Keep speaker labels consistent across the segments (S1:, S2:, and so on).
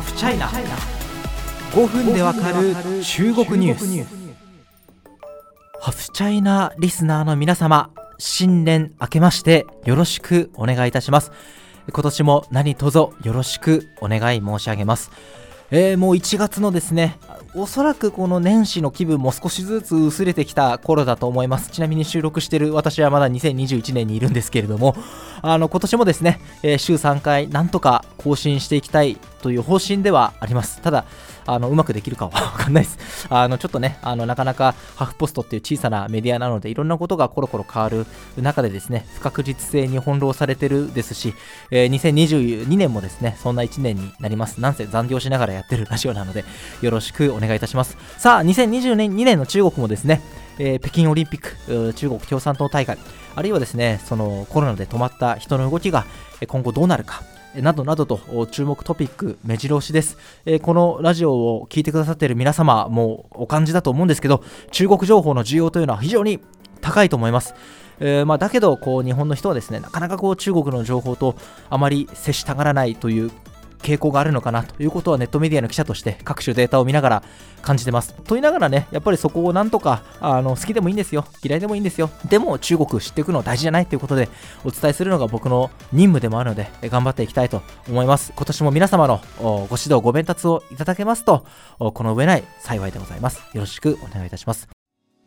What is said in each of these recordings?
S1: フチャイナ5分でわかる中国ニュース。ハフチャイナリスナーの皆様、新年明けましてよろしくお願いいたします。今年も何卒よろしくお願い申し上げます。もう1月のですね、おそらくこの年始の気分も少しずつ薄れてきた頃だと思います。ちなみに収録している私はまだ2021年にいるんですけれども、今年もですね、週3回なんとか更新していきたいという方針ではあります。ただうまくできるかは分かんないです。ちょっとね、なかなかハフポストっていう小さなメディアなのでいろんなことがコロコロ変わる中でですね、不確実性に翻弄されてるですし、2022年もですねそんな1年になります。なんせ残業しながらやってるラジオなのでよろしくお願いいたします。さあ2022年の中国もですね、北京オリンピック、中国共産党大会、あるいはですねそのコロナで止まった人の動きが今後どうなるかなどなどと注目トピック目白押しです。このラジオを聞いてくださっている皆様もお感じだと思うんですけど、中国情報の需要というのは非常に高いと思います。だけど日本の人はですねなかなか中国の情報とあまり接したがらないという傾向があるのかなということはネットメディアの記者として各種データを見ながら感じてます。と言いながらね、やっぱりそこをなんとか好きでもいいんですよ、嫌いでもいいんですよ、でも中国知っていくの大事じゃないということでお伝えするのが僕の任務でもあるので頑張っていきたいと思います。今年も皆様のご指導ご鞭撻をいただけますとこの上ない幸いでございます。よろしくお願いいたします。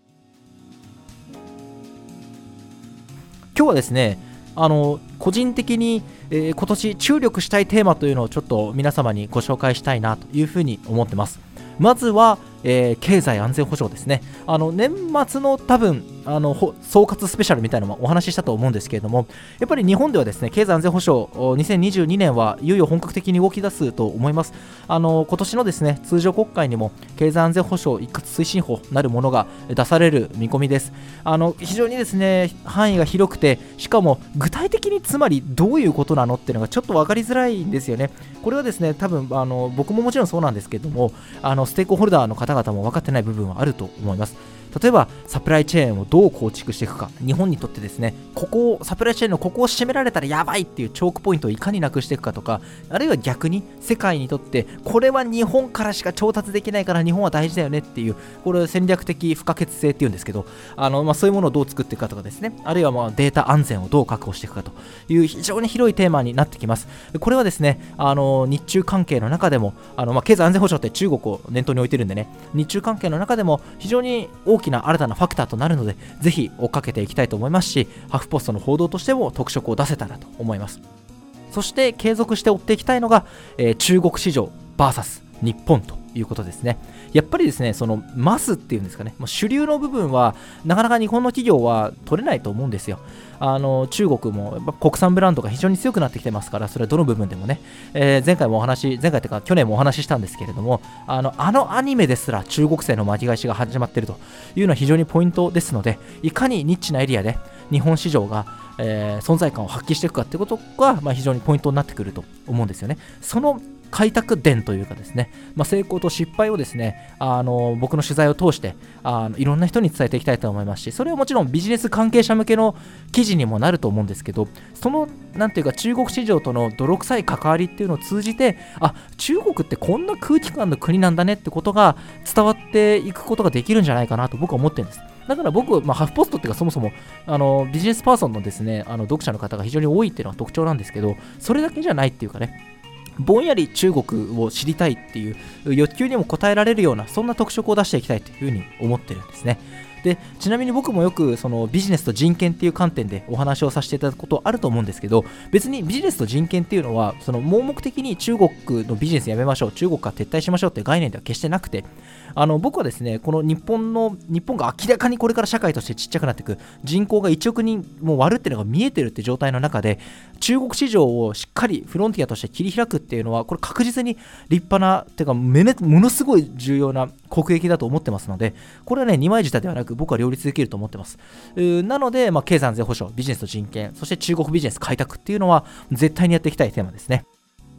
S1: 今日はですね個人的に、今年注力したいテーマというのをちょっと皆様にご紹介したいなというふうに思ってます。まずは、経済安全保障ですね。年末の多分総括スペシャルみたいなのもお話ししたと思うんですけれども、やっぱり日本ではですね経済安全保障2022年はいよいよ本格的に動き出すと思います。今年のですね通常国会にも経済安全保障一括推進法なるものが出される見込みです。非常にですね範囲が広くて、しかも具体的につまりどういうことなのっていうのがちょっと分かりづらいんですよね。これはですね多分僕ももちろんそうなんですけれどもステークホルダーの方々も分かってない部分はあると思います。例えばサプライチェーンをどう構築していくか、日本にとってですねサプライチェーンのここを締められたらやばいっていうチョークポイントをいかになくしていくかとか、あるいは逆に世界にとってこれは日本からしか調達できないから日本は大事だよねっていう、これ戦略的不可欠性っていうんですけどそういうものをどう作っていくかとかですね、あるいはデータ安全をどう確保していくかという非常に広いテーマになってきます。これはですね日中関係の中でも経済安全保障って中国を念頭に置いてるんでね、日中関係の中でも非常に大きな新たなファクターとなるのでぜひ追っかけていきたいと思いますし、ハフポストの報道としても特色を出せたらと思います。そして継続して追っていきたいのが、中国市場 VS 日本ということですね。やっぱりですねそのマスっていうんですかね、主流の部分はなかなか日本の企業は取れないと思うんですよ。中国もやっぱ国産ブランドが非常に強くなってきてますから、それはどの部分でもね、前回というか去年もお話ししたんですけれどもアニメですら中国製の巻き返しが始まっているというのは非常にポイントですので、いかにニッチなエリアで日本市場が存在感を発揮していくかということが、非常にポイントになってくると思うんですよね。その開拓伝というかですね、成功と失敗をですね僕の取材を通していろんな人に伝えていきたいと思いますし、それはもちろんビジネス関係者向けの記事にもなると思うんですけど、そのなんていうか中国市場との泥臭い関わりっていうのを通じて中国ってこんな空気感の国なんだねってことが伝わっていくことができるんじゃないかなと僕は思ってるんです。だから僕、ハフポストっていうかそもそもビジネスパーソンのですね読者の方が非常に多いっていうのが特徴なんですけど、それだけじゃないっていうかね、ぼんやり中国を知りたいっていう欲求にも応えられるようなそんな特色を出していきたいというふうに思ってるんですね。でちなみに僕もよくそのビジネスと人権っていう観点でお話をさせていただくことあると思うんですけど、別にビジネスと人権っていうのはその盲目的に中国のビジネスやめましょう、中国から撤退しましょうっていう概念では決してなくて、僕はですねこの日本が明らかにこれから社会としてちっちゃくなっていく、人口が1億人もう割るっていうのが見えてるって状態の中で中国市場をしっかりフロンティアとして切り開くっていうのはこれ確実に立派なっていうかものすごい重要な国益だと思ってますので、これはね二枚舌ではなく僕は両立できると思ってます。なので、経済安全保障、ビジネスと人権、そして中国ビジネス開拓っていうのは絶対にやっていきたいテーマですね。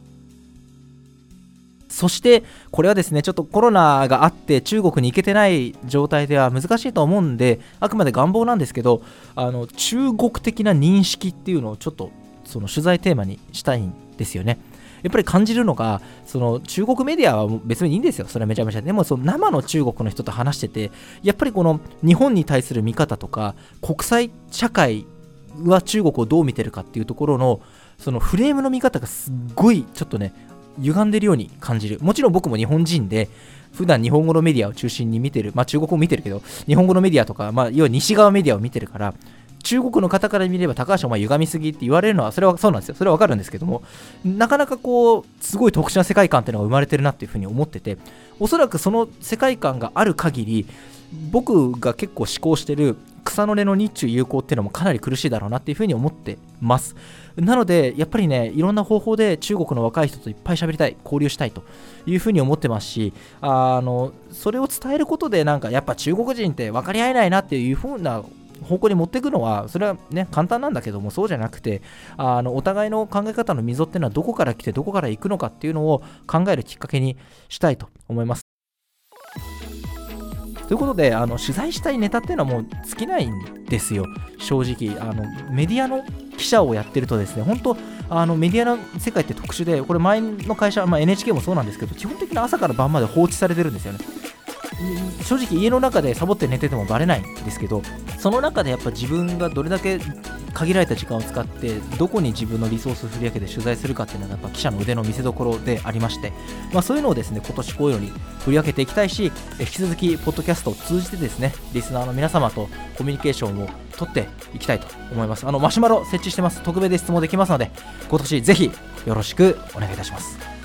S1: そしてこれはですねちょっとコロナがあって中国に行けてない状態では難しいと思うんで、あくまで願望なんですけど中国的な認識っていうのをちょっとその取材テーマにしたいんですよね。 やっぱり感じるのが、その中国メディアは別にいいんですよ、それはめちゃめちゃ。でもその生の中国の人と話してて、やっぱりこの日本に対する見方とか、国際社会は中国をどう見てるかっていうところのそのフレームの見方がすっごいちょっとね歪んでるように感じる。もちろん僕も日本人で普段日本語のメディアを中心に見てる、中国語も見てるけど日本語のメディアとか、要は西側メディアを見てるから、中国の方から見れば高橋お前歪みすぎって言われるのはそれはそうなんですよ、それはわかるんですけども、なかなかこうすごい特殊な世界観っていうのが生まれてるなっていうふうに思ってて、おそらくその世界観がある限り僕が結構思考してる草の根の日中友好っていうのもかなり苦しいだろうなっていうふうに思ってます。なのでやっぱりね、いろんな方法で中国の若い人といっぱい喋りたい、交流したいというふうに思ってますし、それを伝えることでなんかやっぱ中国人って分かり合えないなっていうふうな方向に持っていくのはそれはね簡単なんだけども、そうじゃなくてお互いの考え方の溝っていうのはどこから来てどこから行くのかっていうのを考えるきっかけにしたいと思います。ということで取材したいネタっていうのはもう尽きないんですよ、正直。メディアの記者をやってるとですね、本当メディアの世界って特殊で、これ前の会社、NHK もそうなんですけど、基本的に朝から晩まで放置されてるんですよね。正直家の中でサボって寝ててもバレないんですけど、その中でやっぱ自分がどれだけ限られた時間を使ってどこに自分のリソースを振り分けて取材するかっていうのがやっぱ記者の腕の見せ所でありまして、そういうのをですね今年こういうのに振り分けていきたいし、引き続きポッドキャストを通じてですねリスナーの皆様とコミュニケーションを取っていきたいと思います。マシュマロ設置してます。匿名で質問できますので、今年ぜひよろしくお願いいたします。